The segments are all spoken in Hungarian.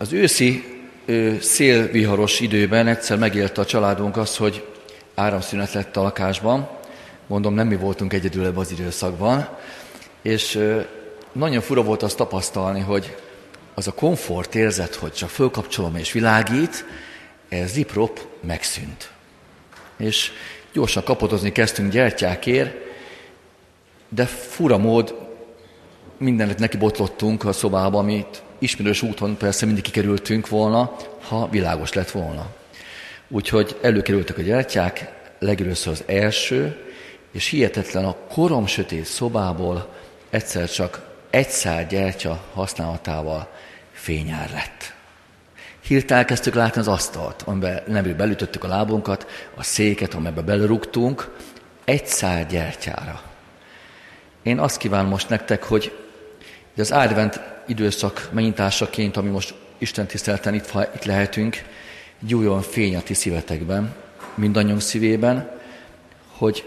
Az őszi szélviharos időben egyszer megélte a családunk azt, hogy áramszünet lett a lakásban. Mondom, nem mi voltunk egyedül ebben az időszakban. És nagyon fura volt azt tapasztalni, hogy az a komfort érzet, hogy csak fölkapcsolom és világít, ez riprop megszűnt. És gyorsan kapotozni kezdtünk gyertyákért, de fura mód mindenet neki botlottunk a szobába, amit ismerős úton persze mindig kikerültünk volna, ha világos lett volna. Úgyhogy előkerültek a gyertyák, legelőször az első, és hihetetlen a korom sötét szobából egyszer csak egy szál gyertya használatával fényár lett. Hirtelen elkezdtük látni az asztalt, amiben belütöttük a lábunkat, a széket, amiben belerúgtunk, egy szál gyertyára. Én azt kívánom most nektek, hogy az advent időszak megnyitásaként, ami most Isten tiszteleten itt lehetünk, gyújjon fény a ti szívetekben, mindannyiunk szívében, hogy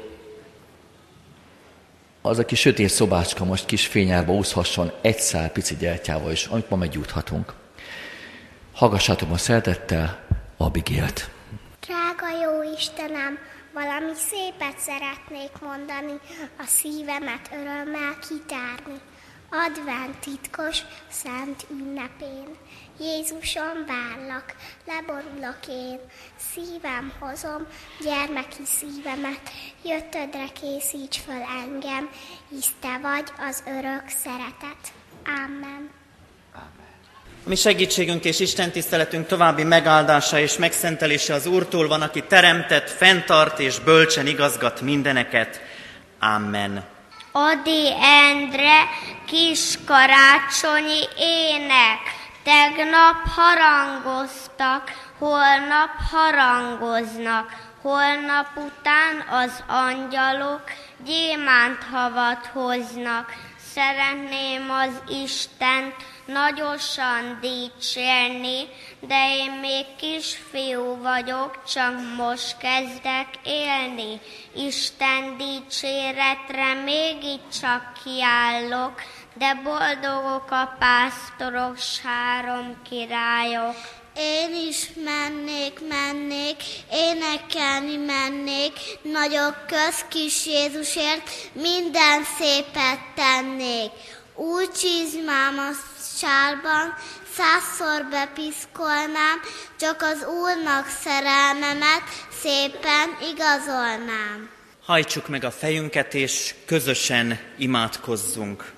az a kis sötét szobácska most kis fényárba úszhasson egy szál pici gyertyával is, amit ma meggyújthatunk. Hallgassátok ma szeretettel Abigélt. Drága jó Istenem, valami szépet szeretnék mondani, a szívemet örömmel kitárni. Advent titkos, szent ünnepén, Jézusom várlak, leborulok én, szívem hozom, gyermeki szívemet, jöttödre készíts föl engem, hisz te vagy az örök szeretet. Amen. A mi segítségünk és Isten tiszteletünk további megáldása és megszentelése az Úrtól van, aki teremtett, fenntart és bölcsen igazgat mindeneket. Amen. Adi Endre, kis karácsonyi ének, tegnap harangoztak, holnap harangoznak, holnap után az angyalok gyémánthavat hoznak. Szeretném az Istent nagyosan dicsérni, de én még kisfiú vagyok, csak most kezdek élni. Isten dicséretre még itt csak kiállok, de boldogok a pásztorok, sárom királyok. Én is mennék, énekelni mennék, nagyok köz kis Jézusért minden szépet tennék. Új csizmám a sárban, 100-szor bepiszkolnám, csak az Úrnak szerelmemet szépen igazolnám. Hajtsuk meg a fejünket, és közösen imádkozzunk.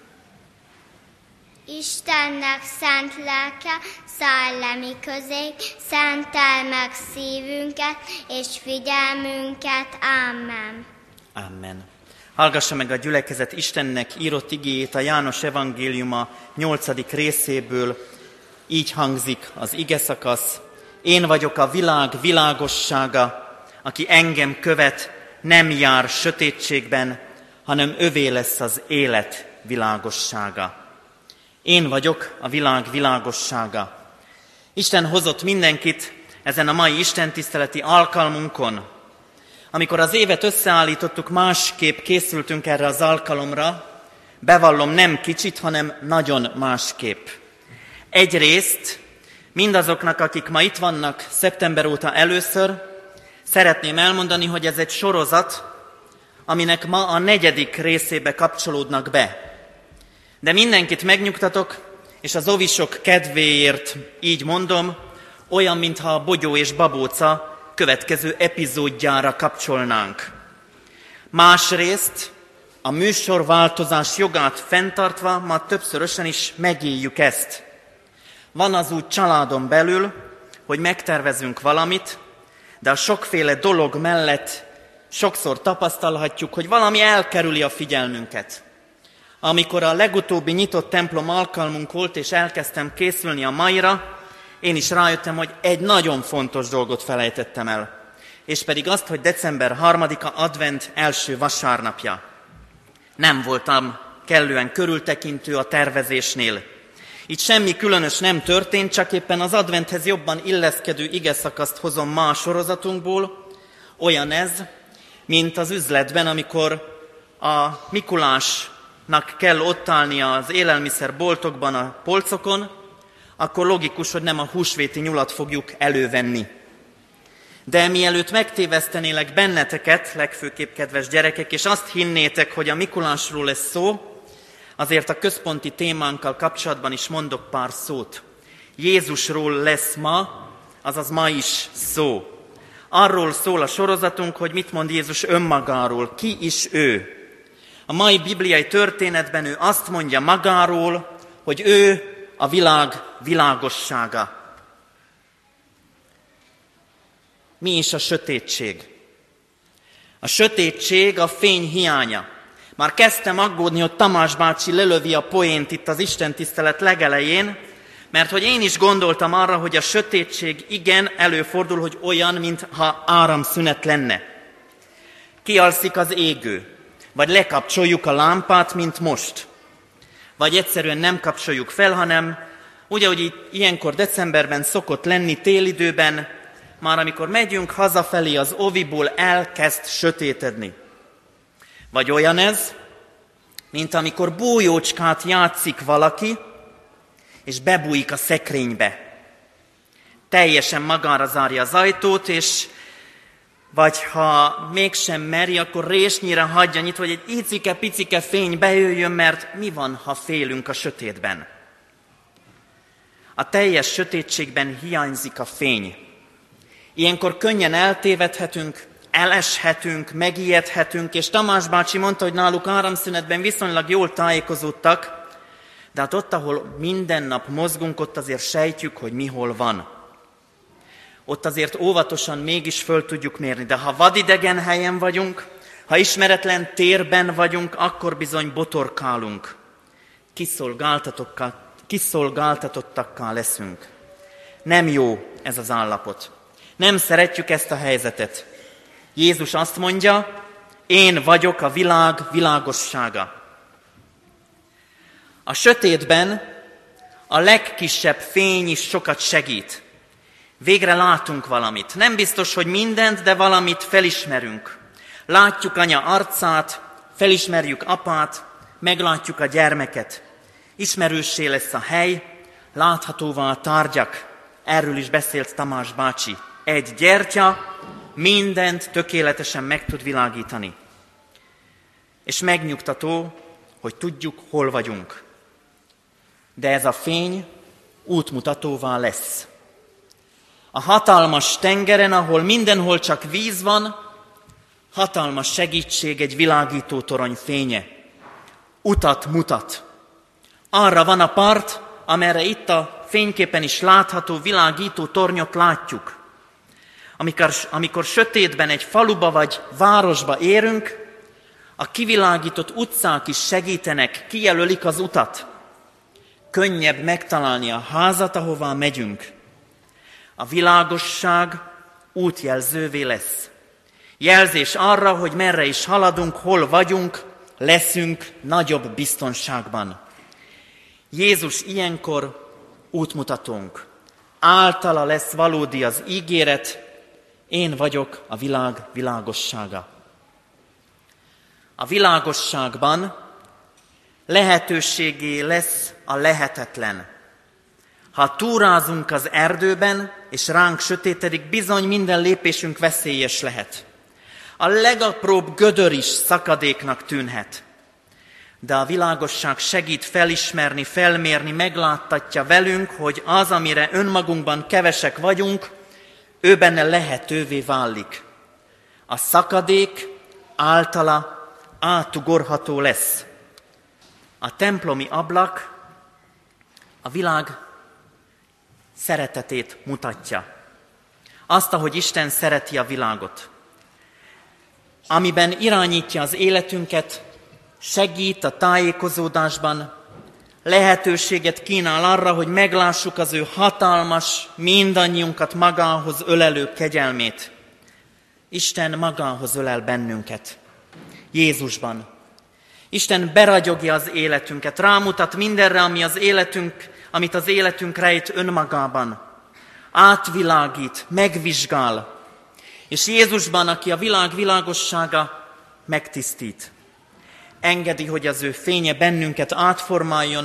Istennek szent lelke, szállj le mi közé, szentelj meg szívünket és figyelmünket. Amen. Amen. Hallgassa meg a gyülekezet Istennek írott igéjét a János evangéliuma 8. részéből. Így hangzik az igeszakasz. Én vagyok a világ világossága, aki engem követ, nem jár sötétségben, hanem övé lesz az élet világossága. Én vagyok a világ világossága. Isten hozott mindenkit ezen a mai istentiszteleti alkalmunkon. Amikor az évet összeállítottuk, másképp készültünk erre az alkalomra, bevallom, nem kicsit, hanem nagyon másképp. Egyrészt mindazoknak, akik ma itt vannak szeptember óta először, szeretném elmondani, hogy ez egy sorozat, aminek ma a 4. részébe kapcsolódnak be. De mindenkit megnyugtatok, és az ovisok kedvéért így mondom, olyan, mintha a Bogyó és Babóca következő epizódjára kapcsolnánk. Másrészt a műsorváltozás jogát fenntartva ma többszörösen is megéljük ezt. Van az úgy családon belül, hogy megtervezünk valamit, de a sokféle dolog mellett sokszor tapasztalhatjuk, hogy valami elkerüli a figyelmünket. Amikor a legutóbbi nyitott templom alkalmunk volt, és elkezdtem készülni a maira, én is rájöttem, hogy egy nagyon fontos dolgot felejtettem el. És pedig azt, hogy december 3-a advent első vasárnapja. Nem voltam kellően körültekintő a tervezésnél. Itt semmi különös nem történt, csak éppen az adventhez jobban illeszkedő igeszakaszt hozom ma a sorozatunkból. Olyan ez, mint az üzletben, amikor a Mikulásnak kell ott állnia az élelmiszerboltokban a polcokon, akkor logikus, hogy nem a húsvéti nyulat fogjuk elővenni. De mielőtt megtévesztenélek benneteket, legfőképp kedves gyerekek, és azt hinnétek, hogy a Mikulásról lesz szó, azért a központi témánkkal kapcsolatban is mondok pár szót. Jézusról lesz ma, azaz ma is szó. Arról szól a sorozatunk, hogy mit mond Jézus önmagáról, ki is ő. A mai bibliai történetben ő azt mondja magáról, hogy ő a világ világossága. Mi is a sötétség? A sötétség a fény hiánya. Már kezdtem aggódni, hogy Tamás bácsi lelövi a poént itt az istentisztelet legelején, mert hogy én is gondoltam arra, hogy a sötétség igen előfordul, hogy olyan, mintha áramszünet lenne. Kialszik az égő, vagy lekapcsoljuk a lámpát, mint most. Vagy egyszerűen nem kapcsoljuk fel, hanem úgy, ahogy ilyenkor decemberben szokott lenni, télidőben, már amikor megyünk hazafelé az oviból, elkezd sötétedni. Vagy olyan ez, mint amikor bújócskát játszik valaki, és bebújik a szekrénybe. Teljesen magára zárja az ajtót, és vagy ha mégsem meri, akkor résnyire hagyja nyitva, hogy egy icike-picike fény bejöjjön, mert mi van, ha félünk a sötétben? A teljes sötétségben hiányzik a fény. Ilyenkor könnyen eltévedhetünk, eleshetünk, megijedhetünk, és Tamás bácsi mondta, hogy náluk áramszünetben viszonylag jól tájékozódtak, de hát ott, ahol minden nap mozgunk, ott azért sejtjük, hogy mi hol van. Ott azért óvatosan mégis föl tudjuk mérni, de ha vadidegen helyen vagyunk, ha ismeretlen térben vagyunk, akkor bizony botorkálunk. Kiszolgáltatottakká leszünk. Nem jó ez az állapot. Nem szeretjük ezt a helyzetet. Jézus azt mondja, én vagyok a világ világossága. A sötétben a legkisebb fény is sokat segít. Végre látunk valamit. Nem biztos, hogy mindent, de valamit felismerünk. Látjuk anya arcát, felismerjük apát, meglátjuk a gyermeket. Ismerőssé lesz a hely, láthatóvá a tárgyak. Erről is beszélt Tamás bácsi. Egy gyertya mindent tökéletesen meg tud világítani. És megnyugtató, hogy tudjuk, hol vagyunk. De ez a fény útmutatóvá lesz. A hatalmas tengeren, ahol mindenhol csak víz van, hatalmas segítség egy világító torony fénye. Utat mutat. Arra van a part, amerre itt a fényképen is látható világító tornyot látjuk. Amikor sötétben egy faluba vagy városba érünk, a kivilágított utcák is segítenek, kijelölik az utat. Könnyebb megtalálni a házat, ahová megyünk. A világosság útjelzővé lesz. Jelzés arra, hogy merre is haladunk, hol vagyunk, leszünk nagyobb biztonságban. Jézus ilyenkor útmutatónk. Általa lesz valódi az ígéret, én vagyok a világ világossága. A világosságban lehetőségé lesz a lehetetlen. Ha túrázunk az erdőben, és ránk sötétedik, bizony minden lépésünk veszélyes lehet. A legapróbb gödör is szakadéknak tűnhet. De a világosság segít felismerni, felmérni, megláttatja velünk, hogy az, amire önmagunkban kevesek vagyunk, ő benne lehetővé válik. A szakadék általa átugorható lesz. A templomi ablak a világ szeretetét mutatja. Azt, ahogy Isten szereti a világot. Amiben irányítja az életünket, segít a tájékozódásban, lehetőséget kínál arra, hogy meglássuk az ő hatalmas, mindannyiunkat magához ölelő kegyelmét. Isten magához ölel bennünket. Jézusban. Isten beragyogja az életünket, rámutat mindenre, amit az életünk rejt önmagában. Átvilágít, megvizsgál. És Jézusban, aki a világ világossága, megtisztít. Engedi, hogy az ő fénye bennünket átformáljon,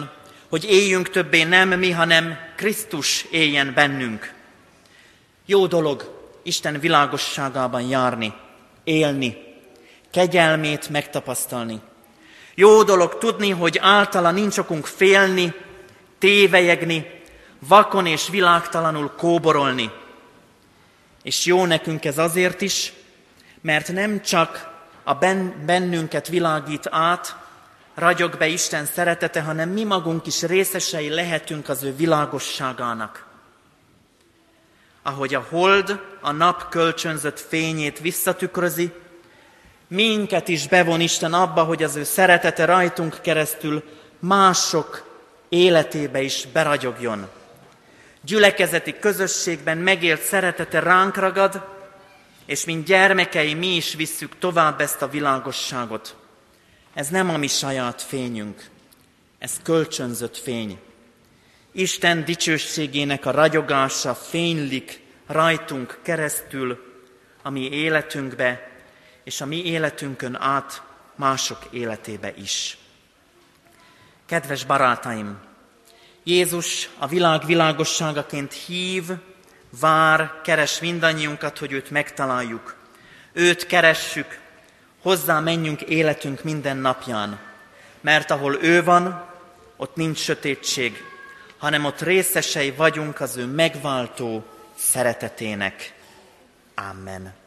hogy éljünk többé nem mi, hanem Krisztus éljen bennünk. Jó dolog Isten világosságában járni, élni, kegyelmét megtapasztalni. Jó dolog tudni, hogy általa nincs okunk félni, tévelyegni, vakon és világtalanul kóborolni. És jó nekünk ez azért is, mert nem csak a bennünket világít át, ragyog be Isten szeretete, hanem mi magunk is részesei lehetünk az ő világosságának. Ahogy a hold a nap kölcsönzött fényét visszatükrözi, minket is bevon Isten abba, hogy az ő szeretete rajtunk keresztül mások életébe is beragyogjon. Gyülekezeti közösségben megélt szeretete ránk ragad, és mint gyermekei mi is visszük tovább ezt a világosságot. Ez nem a mi saját fényünk, ez kölcsönzött fény. Isten dicsőségének a ragyogása fénylik rajtunk keresztül a mi életünkbe, és a mi életünkön át mások életébe is. Kedves barátaim! Jézus a világ világosságaként hív, vár, keres mindannyiunkat, hogy őt megtaláljuk. Őt keressük, hozzá menjünk életünk minden napján, mert ahol ő van, ott nincs sötétség, hanem ott részesei vagyunk az ő megváltó szeretetének. Amen.